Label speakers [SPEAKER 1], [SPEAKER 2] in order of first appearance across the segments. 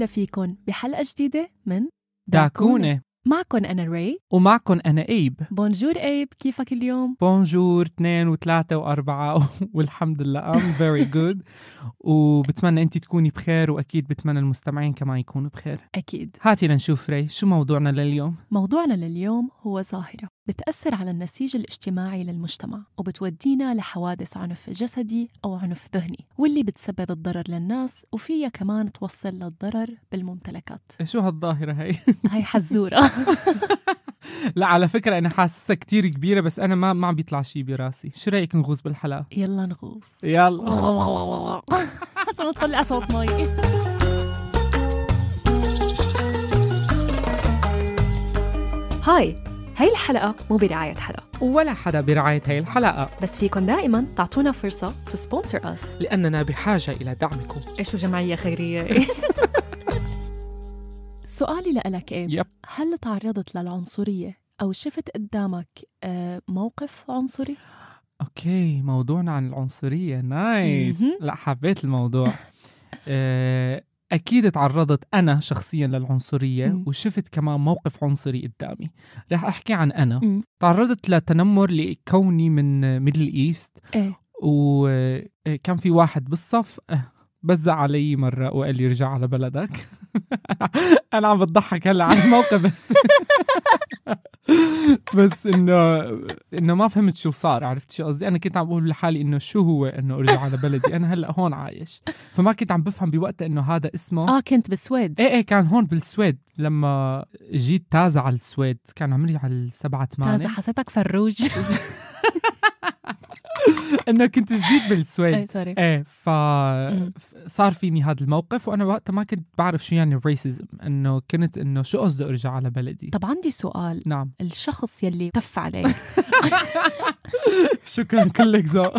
[SPEAKER 1] وسهلا فيكن بحلقة جديدة من
[SPEAKER 2] داكونة.
[SPEAKER 1] معكن أنا ري
[SPEAKER 2] ومعكن أنا إيب.
[SPEAKER 1] بونجور إيب، كيفك اليوم؟
[SPEAKER 2] بونجور 2 و3 و4 والحمد لله I'm very good. وبتمنى أنت تكوني بخير، وأكيد بتمنى المستمعين كمان يكونوا بخير.
[SPEAKER 1] أكيد.
[SPEAKER 2] هاتي لنشوف ري، شو موضوعنا لليوم؟
[SPEAKER 1] موضوعنا لليوم هو ظاهرة بتأثر على النسيج الاجتماعي للمجتمع، وبتودينا لحوادث عنف جسدي أو عنف ذهني، واللي بتسبب الضرر للناس، وفيها كمان توصل للضرر بالممتلكات.
[SPEAKER 2] شو هالظاهرة هاي؟
[SPEAKER 1] هاي حزورة.
[SPEAKER 2] لا على فكرة أنا حاسسها كتير كبيرة، بس أنا ما عم بيطلع شي براسي. شو رأيك نغوص بالحلقة؟
[SPEAKER 1] يلا نغوص.
[SPEAKER 2] يلا.
[SPEAKER 1] حسب نطلع صوت مي. هاي الحلقة مو برعاية حدا
[SPEAKER 2] ولا حدا برعاية هاي الحلقة،
[SPEAKER 1] بس فيكن دائما تعطونا فرصة to sponsor us
[SPEAKER 2] لأننا بحاجة إلى دعمكم.
[SPEAKER 1] إيش جمعية خيرية. سؤالي لألك إيه؟ هل تعرضت للعنصرية أو شفت قدامك موقف عنصري؟
[SPEAKER 2] أوكي، موضوعنا عن العنصرية. نايس. لا حبيت الموضوع. أكيد تعرضت أنا شخصياً للعنصرية وشفت كمان موقف عنصري قدامي. رح أحكي عن أنا. تعرضت لتنمر لكوني من ميدل إيست. وكان في واحد بالصف بزع علي مرة وقال لي رجع على بلدك. أنا عم بتضحك هلأ على الموقف بس إنه ما فهمت شو صار. عرفت شو قصدي؟ أنا كنت عم بقول لحالي إنه شو هو إنه أرجع على بلدي، أنا هلأ هون عايش، فما كنت عم بفهم بوقتها إنه هذا اسمه.
[SPEAKER 1] كنت بالسويد.
[SPEAKER 2] إيه كان هون بالسويد. لما جيت تازة علعلى السويد كان عمري على 7-8.
[SPEAKER 1] تازة حسيتك فروج.
[SPEAKER 2] انه كنت جديد بالسويد.
[SPEAKER 1] سوري.
[SPEAKER 2] فصار فيني هذا الموقف، وانا وقتها ما كنت بعرف شو يعني الريسيزم، انه كنت انه شو قصده ارجع على بلدي.
[SPEAKER 1] طب عندي سؤال.
[SPEAKER 2] نعم.
[SPEAKER 1] الشخص يلي تف عليه.
[SPEAKER 2] شكرا كلك ذوق.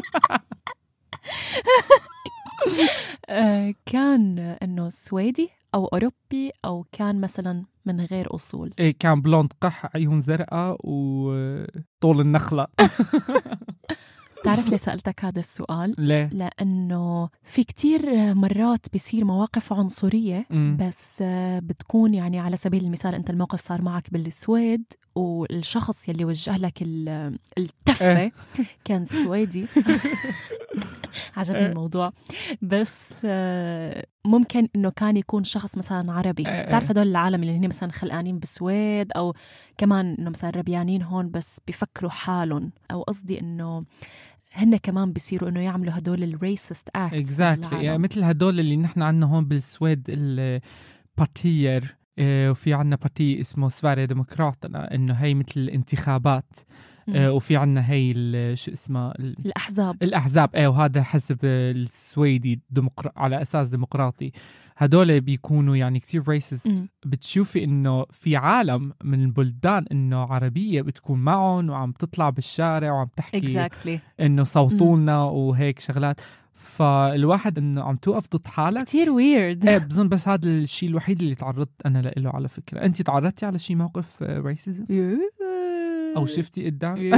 [SPEAKER 1] كان انه سويدي او اوروبي او كان مثلا من غير اصول؟
[SPEAKER 2] ايه كان بلوند قح، عيون زرقاء وطول النخلة.
[SPEAKER 1] تعرف ليه سألتك هذا السؤال؟
[SPEAKER 2] ليه؟
[SPEAKER 1] لأنه في كتير مرات بيصير مواقف عنصرية بس بتكون يعني على سبيل المثال أنت الموقف صار معك بالسويد والشخص يلي وجه لك التفة كان سويدي. عجبني الموضوع. بس ممكن إنه كان يكون شخص مثلا عربي. تعرف هدول العالم اللي هن مثلا خلقانين بالسويد، أو كمان إنه مثلا ربيانين هون بس بيفكروا حالهم، أو قصدي إنه هن كمان بيصيروا إنه يعملوا هدول الريسست اكتس.
[SPEAKER 2] يعني مثل هدول اللي نحن عنا هون بالسويد البارتير، وفي عنا بارتي اسمه سفاري ديمقراطنا، إنه هي مثل الانتخابات. وفي عنا هي شو اسمها الأحزاب. وهذا حسب السويدي على أساس ديمقراطي. هدول بيكونوا يعني كتير ريسست. بتشوفي إنه في عالم من البلدان إنه عربية بتكون معهم وعم تطلع بالشارع وعم تحكي إنه صوتونا وهيك شغلات. فالواحد إنه عم توقف ضد حالك
[SPEAKER 1] كتير ويرد.
[SPEAKER 2] بظن بس هذا الشيء الوحيد اللي تعرضت أنا له. على فكرة أنت تعرضتي على شيء موقف ريسيزم أو شفتي قدام؟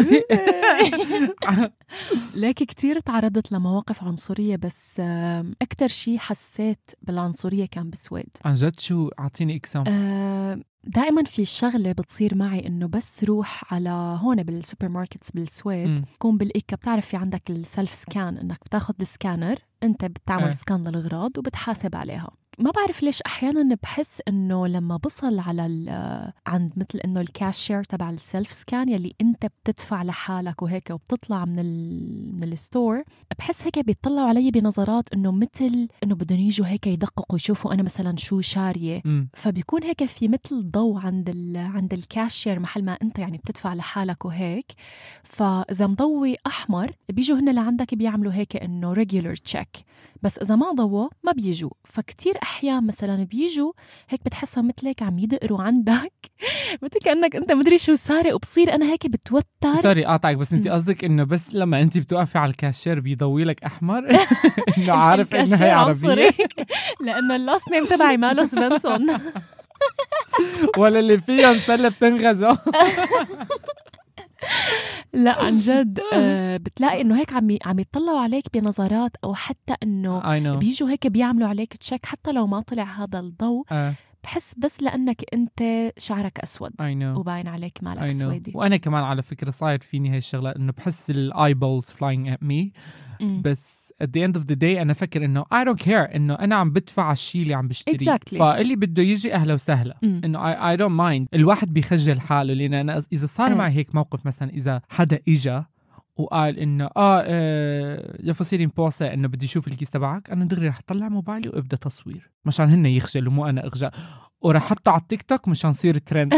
[SPEAKER 1] لكن كتير تعرضت لمواقف عنصرية، بس أكتر شي حسيت بالعنصرية كان بالسويد.
[SPEAKER 2] عن جد؟ شو؟ أعطيني إكسام.
[SPEAKER 1] دائما في شغلة بتصير معي إنه بس روح على هون بالسوبر ماركتس بالسويد، تكون بالإيكا بتعرف في عندك السلف سكان، إنك بتاخد السكانر أنت بتعمل سكان للأغراض وبتحاسب عليها. ما بعرف ليش أحياناً بحس إنه لما بصل على عند مثل إنه الكاشير تبع السلف سكان يلي أنت بتدفع لحالك وهيك وبتطلع من الستور، بحس هيك بيطلعوا علي بنظرات إنه مثل إنه بدهم يجوا هيك يدققوا يشوفوا أنا مثلاً شو شارية. فبيكون هيك في مثل ضوء عند الكاشير محل ما أنت يعني بتدفع لحالك وهيك. فإذا مضوي أحمر بيجوا هنا لعندك بيعملوا هيك إنه regular check، بس إذا ما ضوى ما بيجوا. فكتير أحيان مثلا بيجوا هيك بتحسها مثلك عم يدقروا عندك مثل كأنك أنت مدري شو سارق، وبصير أنا هيك بتوتر.
[SPEAKER 2] سوري قاطعك، بس أنت قصدك إنه بس لما أنت بتوقفي على الكاشير بيضوي لك أحمر إنه عارف إنه هي عربية؟
[SPEAKER 1] لأنه اللاست نيم تبعي ماله سبنسون
[SPEAKER 2] ولا اللي فيها مسلة بتنغزه.
[SPEAKER 1] لا عن جد بتلاقي انه هيك عم يطلعوا عليك بنظرات، او حتى انه بيجوا هيك بيعملوا عليك تشيك حتى لو ما طلع هذا الضوء. بحس بس لأنك أنت شعرك أسود وباين عليك مالك سويدي.
[SPEAKER 2] وأنا كمان على فكرة صاير فيني هاي الشغلة، إنه بحس eyeballs flying at me. بس at the end of the day أنا فكر إنه I don't care، إنه أنا عم بدفع على الشيء اللي عم بشتريه. فاللي بده يجي أهلا وسهلا. إنه I don't mind. الواحد بيخجل حاله، لأن أنا إذا صار معي هيك موقف مثلا، إذا حدا إجا وقال إنه يا فصيلين بوسة إنه بدي أشوف الكيس تبعك، أنا دغري رح طلع موبايلي وابدأ تصوير مشان هن يخجلوا مو أنا أخجل، ورح حطه على التيك توك مشان صير ترند.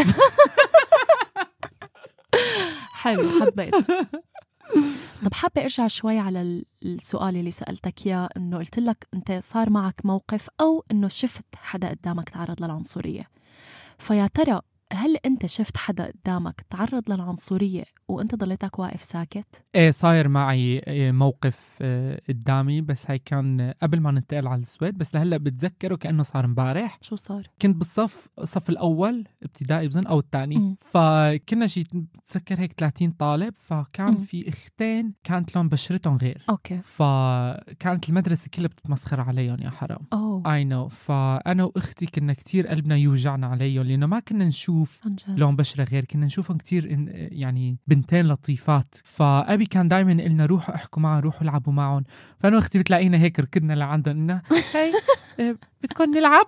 [SPEAKER 1] حلو، حبيت. طب حابة أرجع شوي على السؤال اللي سألتك إياه، إنه قلت لك أنت صار معك موقف أو إنه شفت حدا قدامك تعرض للعنصرية، فيا ترى هل أنت شفت حدا قدامك تعرض للعنصرية وأنت ضليتك واقف ساكت؟
[SPEAKER 2] إيه صاير معي موقف قدامي، بس هاي كان قبل ما ننتقل على السويد، بس لهلأ بتذكره كأنه صار مبارح.
[SPEAKER 1] شو صار؟
[SPEAKER 2] كنت بالصف الأول ابتدائي بظن أو الثاني، فكنا شيء بتذكر هيك 30 طالب، فكان في اختين كانت لون بشرتهم غير.
[SPEAKER 1] أوكي.
[SPEAKER 2] فكانت المدرسة كلها بتتمسخر عليهم يا حرام. I know. فأنا وأختي كنا كتير قلبنا يوجعنا عليهم، لأنه ما كنا نشوف لون بشرة غير، كنا نشوفهم كتير يعني بنتين لطيفات. فأبي كان دايما قلنا روحوا احكوا معهم، روحوا العبوا معهم. فأنا وأختي بتلاقينا هيك ركضنا لعندهم إنه هاي بدكم نلعب.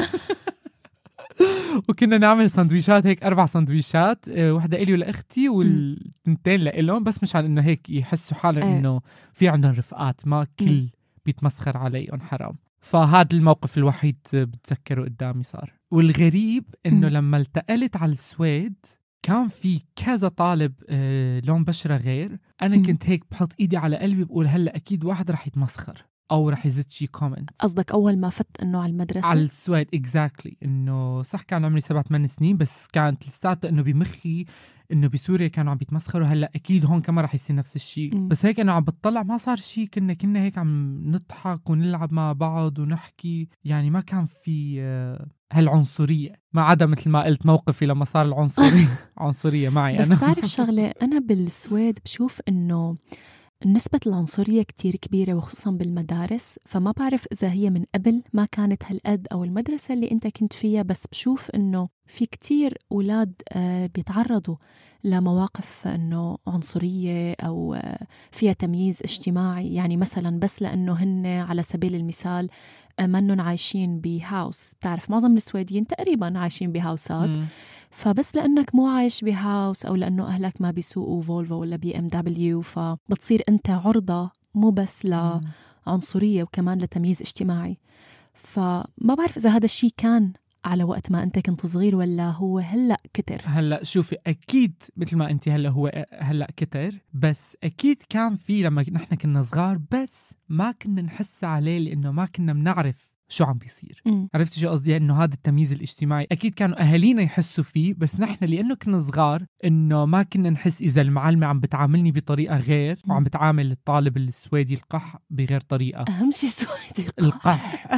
[SPEAKER 2] وكنا نعمل سندويشات هيك 4 سندويشات، وحدة إلي ولأختي والتنتين لإلهم، بس مشان إنه هيك يحسوا حالهم إنه في عندهم رفقات، ما كل بيتمسخر عليهم حرام. فهذا الموقف الوحيد بتذكره قدامي صار. والغريب إنه لما التقلت على السويد كان في كذا طالب لون بشرة غير، أنا كنت هيك بحط إيدي على قلبي بقول هلأ أكيد واحد رح يتمسخر أو رح يزد شي كومنت.
[SPEAKER 1] قصدك أول ما فت إنه على المدرسة؟
[SPEAKER 2] على السويد exactly. إنه صح كان عمري 7-8 سنين، بس كانت لساتها إنه بمخي إنه بسوريا كانوا عم بيتمسخروا، هلأ أكيد هون كمان رح يصير نفس الشيء. بس هيك أنا عم بتطلع ما صار شيء، كنا هيك عم نضحك ونلعب مع بعض ونحكي، يعني ما كان في هالعنصرية، ما عدا مثل ما قلت موقفي لما صار عنصرية معي.
[SPEAKER 1] بس تعرف شغلة، أنا بالسويد بشوف إنه نسبة العنصرية كتير كبيرة، وخصوصا بالمدارس. فما بعرف إذا هي من قبل ما كانت هالقد أو المدرسة اللي أنت كنت فيها، بس بشوف إنه في كتير أولاد بيتعرضوا لمواقف إنه عنصرية أو فيها تمييز اجتماعي. يعني مثلا بس لأنه هن على سبيل المثال منن عايشين بهاوس، بتعرف معظم السويديين تقريبا عايشين بهاوسات، فبس لأنك مو عايش بهاوس أو لأنه أهلك ما بيسوقوا فولفو ولا BMW، فبتصير أنت عرضة مو بس لعنصرية وكمان لتمييز اجتماعي. فما بعرف إذا هذا الشيء كان على وقت ما أنت كنت صغير ولا هو هلأ كتر.
[SPEAKER 2] هلأ شوفي أكيد مثل ما أنت هو هلأ كتر، بس أكيد كان في لما نحن كنا صغار، بس ما كنا نحس عليه لأنه ما كنا منعرف شو عم بيصير. عرفتي شو قصدي؟ إنه هذا التمييز الاجتماعي أكيد كانوا أهالينا يحسوا فيه، بس نحن لأنه كنا صغار إنه ما كنا نحس إذا المعلمة عم بتعاملني بطريقة غير وعم بتعامل الطالب السويدي القح بغير طريقة.
[SPEAKER 1] أهم شيء سويدي
[SPEAKER 2] القح.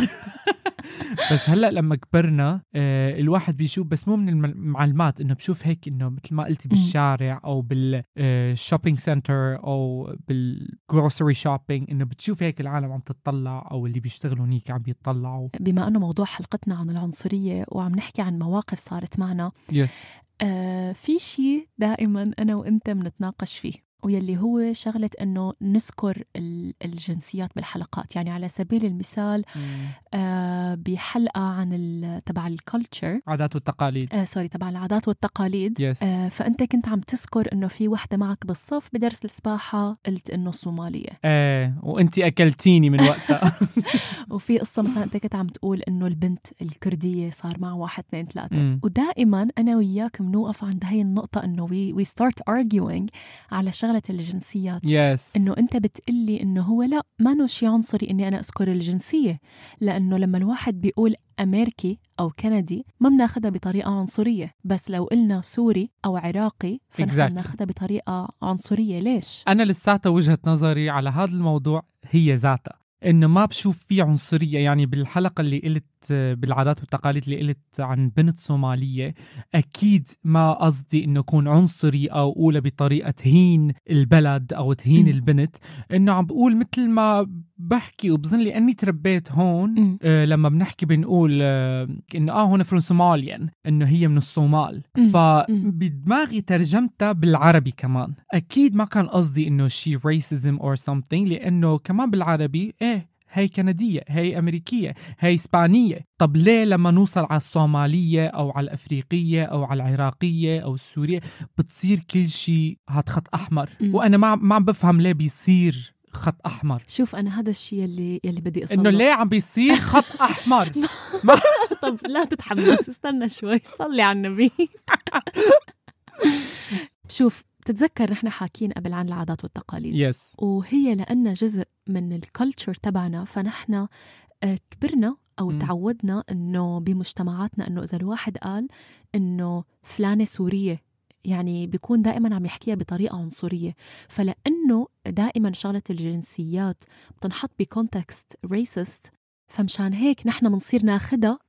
[SPEAKER 2] بس هلأ لما كبرنا الواحد بيشوف، بس مو من المعلمات، إنه بشوف هيك إنه مثل ما قلتي بالشارع أو بالشوبينج سنتر أو بالجروسري شوبينج، إنه بتشوف هيك العالم عم تتطلع أو اللي بيشتغلوا هنيك عم بيتطلعوا.
[SPEAKER 1] بما أنه موضوع حلقتنا عن العنصرية وعم نحكي عن مواقف صارت معنا، في شيء دائما أنا وإنت منتناقش فيه، ويلي هو شغلة أنه نذكر الجنسيات بالحلقات. يعني على سبيل المثال بحلقة عن تبع الكولتشر،
[SPEAKER 2] عادات والتقاليد،
[SPEAKER 1] تبع العادات والتقاليد، فأنت كنت عم تذكر أنه في وحدة معك بالصف بدرس السباحة قلت أنه الصومالية،
[SPEAKER 2] وأنت أكلتيني من وقتها.
[SPEAKER 1] وفي قصة مثلا أنت كنت عم تقول أنه البنت الكردية صار مع 1 2 3. ودائما أنا وياك منوقف عند هاي النقطة أنه we start arguing على شغلة الجنسيات. إنه أنت بتقلي إنه هو لا، ما نو شي عنصري إني أنا أذكر الجنسية، لأنه لما الواحد بيقول أمريكي أو كندي ما بناخدها بطريقة عنصرية، بس لو قلنا سوري أو عراقي فنحن بناخدها بطريقة عنصرية. ليش؟
[SPEAKER 2] أنا لساتها وجهة نظري على هذا الموضوع هي ذاتها، إنه ما بشوف فيه عنصرية. يعني بالحلقة اللي قلت بالعادات والتقاليد اللي قلت عن بنت صومالية، أكيد ما قصدي إنه أكون عنصري أو أقولها بطريقة تهين البلد أو تهين البنت. إنه عم بقول مثل ما بحكي وبظن لي أني تربيت هون لما بنحكي بنقول إنه هون from Somalian، إنه هي من الصومال. فبدماغي ترجمتها بالعربي كمان. أكيد ما كان قصدي إنه شي racism or something، لأنه كمان بالعربي هي كندية، هي أمريكية، هي إسبانية. طب ليه لما نوصل على الصومالية أو على الأفريقية أو على العراقية أو السورية بتصير كل شيء هاد خط أحمر؟ وأنا ما عم بفهم ليه بيصير خط أحمر.
[SPEAKER 1] شوف أنا هذا الشيء يلي بدي أصله،
[SPEAKER 2] إنه ليه عم بيصير خط أحمر.
[SPEAKER 1] طب لا تتحمس، استنى شوي، صلي على النبي. شوف تتذكر نحن حاكين قبل عن العادات والتقاليد، وهي لأن جزء من الكالتشر تبعنا، فنحن كبرنا أو تعودنا إنه بمجتمعاتنا إنه إذا الواحد قال إنه فلانة سورية يعني بيكون دائما عم يحكيها بطريقة عنصرية. فلأنه دائما شغلة الجنسيات بتنحط بكونتكست ريسست، فمشان هيك نحن منصير ناخدها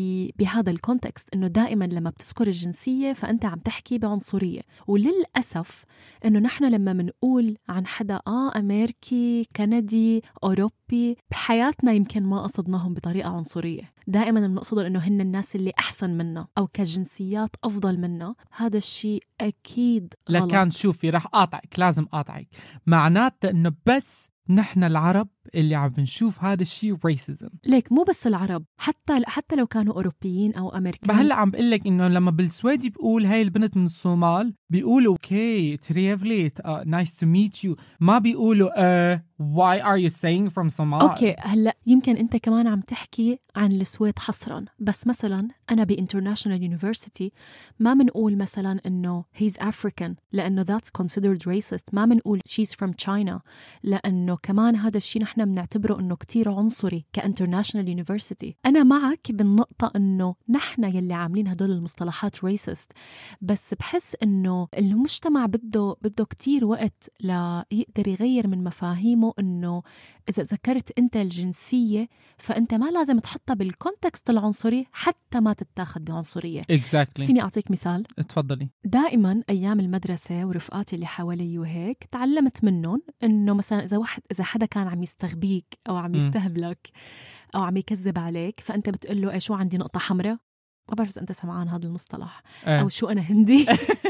[SPEAKER 1] بهذا الكونتكست، إنه دائما لما بتذكر الجنسية فأنت عم تحكي بعنصرية. وللأسف إنه نحن لما منقول عن حدا أمريكي كندي أوروبي بحياتنا يمكن ما قصدناهم بطريقة عنصرية، دائما بنقصدهم إنه هن الناس اللي أحسن منا أو كجنسيات أفضل منا. هذا الشيء أكيد غلط.
[SPEAKER 2] لكن شوفي رح أقاطعك، لازم أقاطعك. معناته إنه بس نحن العرب اللي عم بنشوف هذا الشيء ريسيزم.
[SPEAKER 1] ليك مو بس العرب، حتى لو كانوا أوروبيين أو أمريكان.
[SPEAKER 2] هلا عم بقول لك إنه لما بالسويدي بقول هاي البنت من الصومال بيقولوا اوكي تريفليت نايس تو ميت يو، ما بيقولوا why are you saying from Somalia.
[SPEAKER 1] اوكي هلا يمكن انت كمان عم تحكي عن السويد حصرا، بس مثلا انا بانترناشونال يونيفرسيتي ما منقول مثلا انه he's African لانه that's considered racist، ما منقول she's from China لانه كمان هذا الشيء نحن بنعتبره انه كتير عنصري كانترناشونال يونيفرسيتي. انا معك بالنقطه انه نحن يلي عاملين هدول المصطلحات racist، بس بحس انه المجتمع بده كتير وقت ليقدر يغير من مفاهيمه، انه اذا ذكرت انت الجنسيه فانت ما لازم تحطها بالكونتكست العنصري حتى ما تتاخد بعنصريه.
[SPEAKER 2] exactly.
[SPEAKER 1] فيني اعطيك مثال؟
[SPEAKER 2] تفضلي.
[SPEAKER 1] دائما ايام المدرسه ورفقاتي اللي حوالي وهيك تعلمت منهم انه مثلا اذا حدا كان عم يستغبيك او عم يستهبلك او عم يكذب عليك، فانت بتقول له شو عندي نقطه حمراء، ما بعرف اذا انت سمعان هذا المصطلح او شو انا هندي.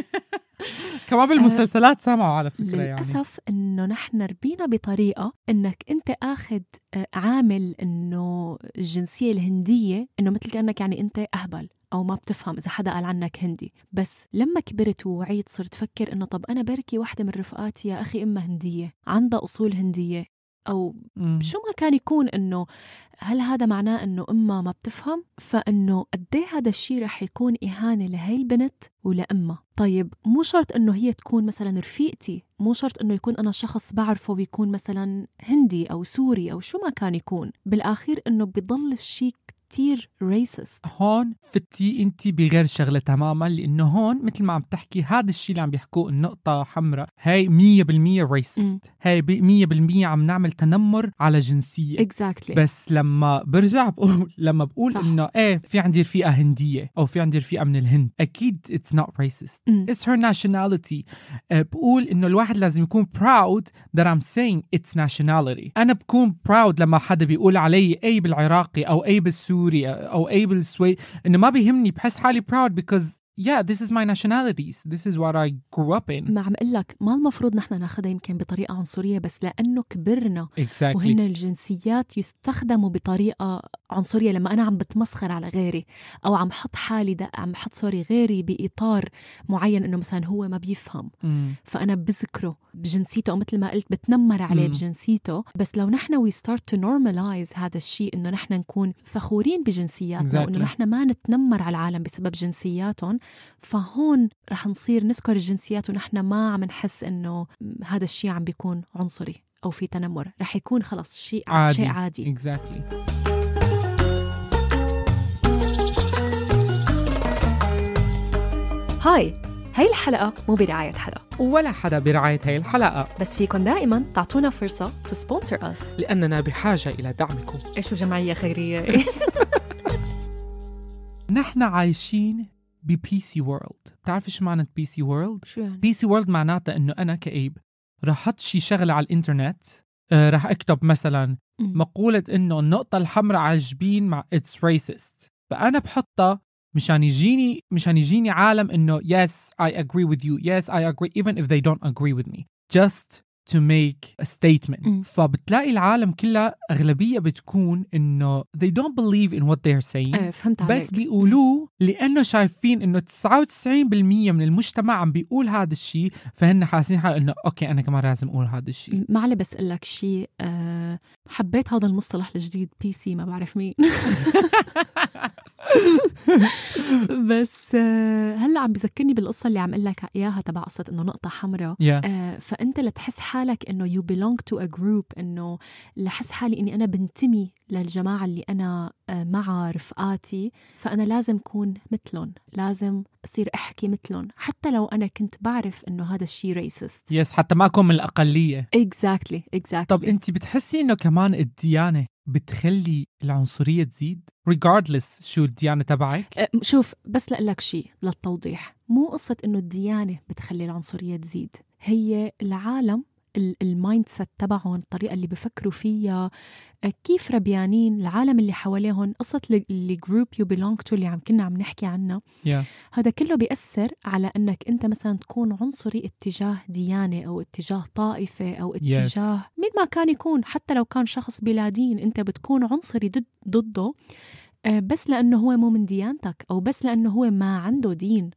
[SPEAKER 2] كمان بالمسلسلات سمعوا على فكرة.
[SPEAKER 1] للأسف إنه نحن ربينا بطريقة إنك أنت أخذ عامل إنه الجنسية الهندية إنه مثل كأنك يعني أنت أهبل أو ما بتفهم إذا حدا قال عنك هندي. بس لما كبرت ووعيت صرت فكر إنه طب أنا بركي واحدة من رفقاتي يا أخي إما هندية عندها أصول هندية أو شو ما كان يكون، إنه هل هذا معناه إنه أمها ما بتفهم؟ فإنه قديه هذا الشيء رح يكون إهانة لهي البنت ولأمها. طيب مو شرط إنه هي تكون مثلا رفيقتي، مو شرط إنه يكون أنا شخص بعرفه ويكون مثلا هندي أو سوري أو شو ما كان يكون، بالآخير إنه بيضل الشيء كتير ريسست.
[SPEAKER 2] هون فتي انتي بغير شغلة تماما، لأنه هون مثل ما عم تحكي هذا الشيء اللي عم بيحكوه النقطة حمراء هاي 100% ريسست، هاي 100% عم نعمل تنمر على جنسية.
[SPEAKER 1] exactly.
[SPEAKER 2] بس لما برجع بقول إنه في عندي رفيقة هندية أو في عندي رفيقة من الهند، أكيد it's not racist. it's her nationality. بقول إنه الواحد لازم يكون proud that I'm saying it's nationality. أنا بكون proud لما حدا بيقول علي أي بالعراقي أو أي بالسوري أو أي بالسويد، إنه ما بيهمني، بحس حالي proud because yeah, this is my nationalities. This is what I grew up in.
[SPEAKER 1] ما عم قلك ما المفروض نحن ناخدها يمكن بطريقة عنصرية، بس لأنه كبرنا
[SPEAKER 2] exactly.
[SPEAKER 1] وهن الجنسيات يستخدموا بطريقة عنصرية لما أنا عم بتمسخر على غيري أو عم حط حالي عم حط غيري بإطار معين إنه مثلا هو ما بيفهم فأنا بذكره بجنسيته أو مثل ما قلت بتنمر عليه بجنسيته. بس لو نحن we start to normalize هذا الشيء، إنه نحن نكون فخورين بجنسياتنا وإنه نحن ما نتنمر على العالم بسبب جنسياتهم، فهون رح نصير نذكر الجنسيات ونحن ما عم نحس إنه هذا الشيء عم بيكون عنصري أو في تنمر، رح يكون خلص شيء عادي.
[SPEAKER 2] exactly.
[SPEAKER 1] هاي الحلقة مو برعاية حدا
[SPEAKER 2] ولا حدا برعاية هاي الحلقة،
[SPEAKER 1] بس فيكن دائما تعطونا فرصة to sponsor us
[SPEAKER 2] لأننا بحاجة إلى دعمكم.
[SPEAKER 1] إيش جمعية خيرية.
[SPEAKER 2] نحن عايشين بPC world. بتعرف شو معنى PC world؟
[SPEAKER 1] شو يعني؟
[SPEAKER 2] PC world معناتها إنه أنا كئيب راح أحط شي شغلة على الإنترنت، راح أكتب مثلا مقولة إنه النقطة الحمراء عجبين مع it's racist، فأنا بحطها مشان يجيني عالم إنه yes I agree with you, yes I agree even if they don't agree with me, just to make a statement. فبتلاقي العالم كلها أغلبية بتكون إنه they don't believe in what they're saying،
[SPEAKER 1] فهمت
[SPEAKER 2] بس
[SPEAKER 1] عليك.
[SPEAKER 2] بيقولوه لأنه شايفين إنه 99% من المجتمع عم بيقول هذا الشيء، فهن حاسين حال إنه أوكي أنا كمان لازم أقول هذا الشيء.
[SPEAKER 1] معلي بس أقول لك شيء، حبيت هذا المصطلح الجديد PC، ما بعرف مين بس هلا عم بذكرني بالقصة اللي عم قلك إياها تبع قصة إنه نقطة حمراء. فأنت لتحس حالك إنه you belong to a group، إنه لحس حالي إني أنا بنتمي للجماعة اللي أنا مع رفقاتي، فأنا لازم أكون مثلهم، لازم أصير أحكي مثلهم حتى لو أنا كنت بعرف إنه هذا الشيء racist.
[SPEAKER 2] يس حتى ما أكون من الأقلية.
[SPEAKER 1] exactly.
[SPEAKER 2] طب أنت بتحسي إنه كمان الديانة بتخلي العنصرية تزيد regardless شو الديانة تبعك؟
[SPEAKER 1] شوف بس لأقلك شيء للتوضيح، مو قصة إنه الديانة بتخلي العنصرية تزيد، هي العالم المايند سيت تبعهم، الطريقة اللي بفكروا فيها، كيف ربيانين، العالم اللي حواليهم، قصة اللي جروب يو بيلونج تو اللي كنا عم نحكي عنها. هذا كله بيأثر على أنك أنت مثلا تكون عنصري اتجاه ديانة أو اتجاه طائفة أو اتجاه مين ما كان يكون، حتى لو كان شخص بلا دين أنت بتكون عنصري ضده بس لأنه هو مو من ديانتك أو بس لأنه هو ما عنده دين.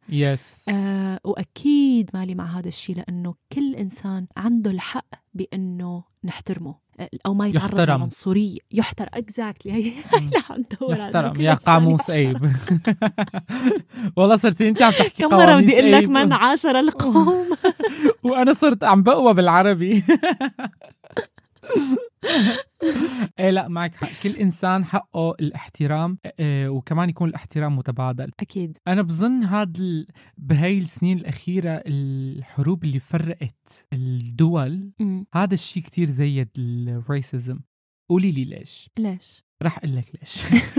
[SPEAKER 1] وأكيد مالي مع هذا الشيء، لأنه كل إنسان عنده الحق بأنه نحترمه أو ما يتعرض للعنصرية. يحترم exactly.
[SPEAKER 2] يحترم يا قاموس أيب. والله صرتي أنت عم تحكي
[SPEAKER 1] كم مرة بدي أقول لك من عاشر القوم
[SPEAKER 2] وأنا صرت عم بقوى بالعربي. ايه لا معك حق، كل انسان حقه الاحترام وكمان يكون الاحترام متبادل.
[SPEAKER 1] اكيد.
[SPEAKER 2] انا بظن بهاي السنين الاخيره الحروب اللي فرقت الدول هذا الشيء كتير زيد الريسيزم. قولي لي ليش رح اقول لك ليش.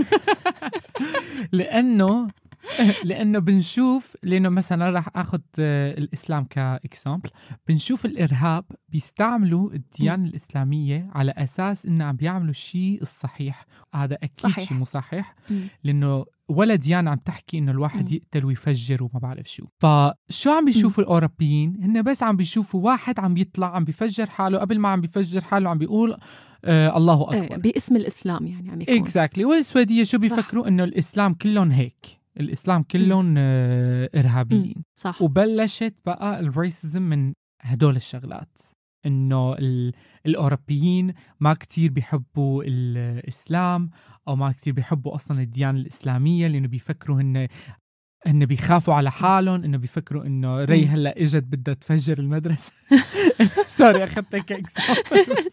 [SPEAKER 2] لأنه بنشوف، لأنه مثلا راح أخذ الإسلام كإكسامبل، بنشوف الإرهاب بيستعملوا الديانة الإسلامية على أساس إنه عم بيعملوا الشيء الصحيح. هذا أكيد شيء مو صحيح، لأنه ولا ديانة عم تحكي إنه الواحد يقتل ويفجر وما بعرف شو. فشو عم بيشوفوا الأوروبيين؟ هن بس عم بيشوفوا واحد عم بيطلع عم بيفجر حاله، قبل ما عم بيفجر حاله عم بيقول الله أكبر
[SPEAKER 1] باسم الإسلام، يعني عم يكون
[SPEAKER 2] exactly. والسويدية شو بيفكروا؟ إنه الإسلام كلهم هيك، الإسلام كلهم إرهابيين.
[SPEAKER 1] صح.
[SPEAKER 2] وبلشت بقى الريسيزم من هدول الشغلات، إنه الأوروبيين ما كتير بيحبوا الإسلام أو ما كتير بيحبوا أصلا الديانة الإسلامية، لأنه بيفكروا إنه بيخافوا على حالهم، إنه بيفكروا إنه ري هلا إجت بدها تفجر المدرسة. سوري أخذتك كإكسامبل.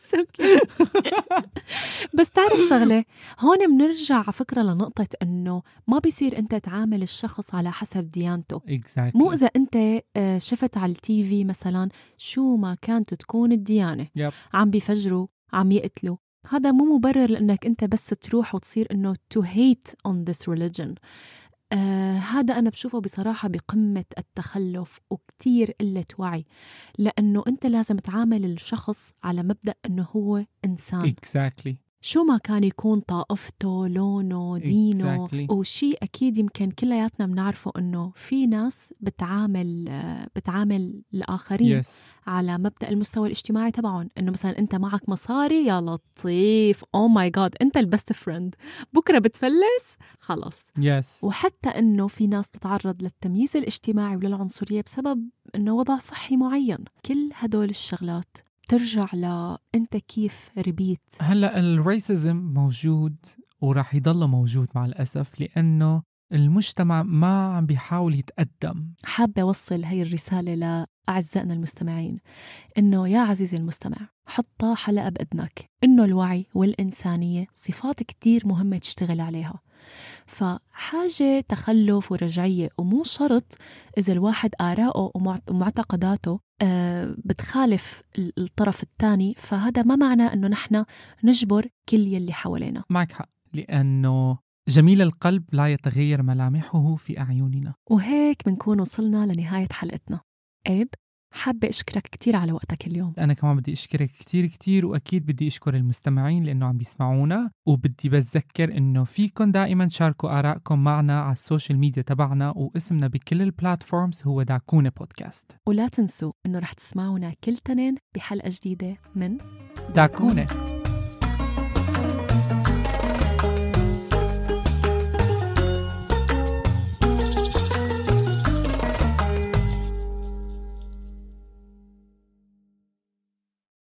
[SPEAKER 1] بس تعرف شغلة، هون بنرجع على فكرة لنقطة إنه ما بيصير أنت تعامل الشخص على حسب ديانته. مو إذا أنت شفت على التي في مثلا شو ما كانت تكون الديانة عم بيفجروا عم يقتلوا، هذا مو مبرر لأنك أنت بس تروح وتصير إنه to hate on this religion. هذا أنا بشوفه بصراحة بقمة التخلف وكتير قلة وعي، لأنه أنت لازم تعامل الشخص على مبدأ أنه هو إنسان
[SPEAKER 2] exactly.
[SPEAKER 1] شو ما كان يكون طائفته، لونه، دينه exactly. وشي أكيد يمكن كلياتنا بنعرفه أنه في ناس بتعامل الآخرين على مبدأ المستوى الاجتماعي تبعهم، أنه مثلا أنت معك مصاري يا لطيف oh my god أنت البست فريند، بكرة بتفلس خلص. وحتى أنه في ناس تتعرض للتمييز الاجتماعي وللعنصرية بسبب أنه وضع صحي معين. كل هدول الشغلات ترجع أنت كيف ربيت.
[SPEAKER 2] هلأ الريسيزم موجود وراح يضل موجود مع الأسف، لأنه المجتمع ما عم بيحاول يتقدم.
[SPEAKER 1] حابة أوصل هاي الرسالة لأعزائنا المستمعين، إنه يا عزيزي المستمع حط حلقة بإذنك إنه الوعي والإنسانية صفات كتير مهمة تشتغل عليها. فحاجة تخلف ورجعية، ومو شرط إذا الواحد آراءه ومعتقداته بتخالف الطرف الثاني، فهذا ما معناه أنه نحن نجبر كل يلي حوالينا.
[SPEAKER 2] معك حق، لأنه جميل القلب لا يتغير ملامحه في أعيننا.
[SPEAKER 1] وهيك بنكون وصلنا لنهاية حلقتنا. إيب، حابة أشكرك كتير على وقتك اليوم.
[SPEAKER 2] أنا كمان بدي أشكرك كتير كتير، وأكيد بدي أشكر المستمعين لأنه عم بيسمعونا، وبدي بذكر إنه فيكن دائما شاركوا آرائكم معنا على السوشيال ميديا تبعنا، واسمنا بكل البلاتفورمز هو دعكونة بودكاست.
[SPEAKER 1] ولا تنسوا إنه رح تسمعونا كل تنين بحلقة جديدة من
[SPEAKER 2] دعكونة.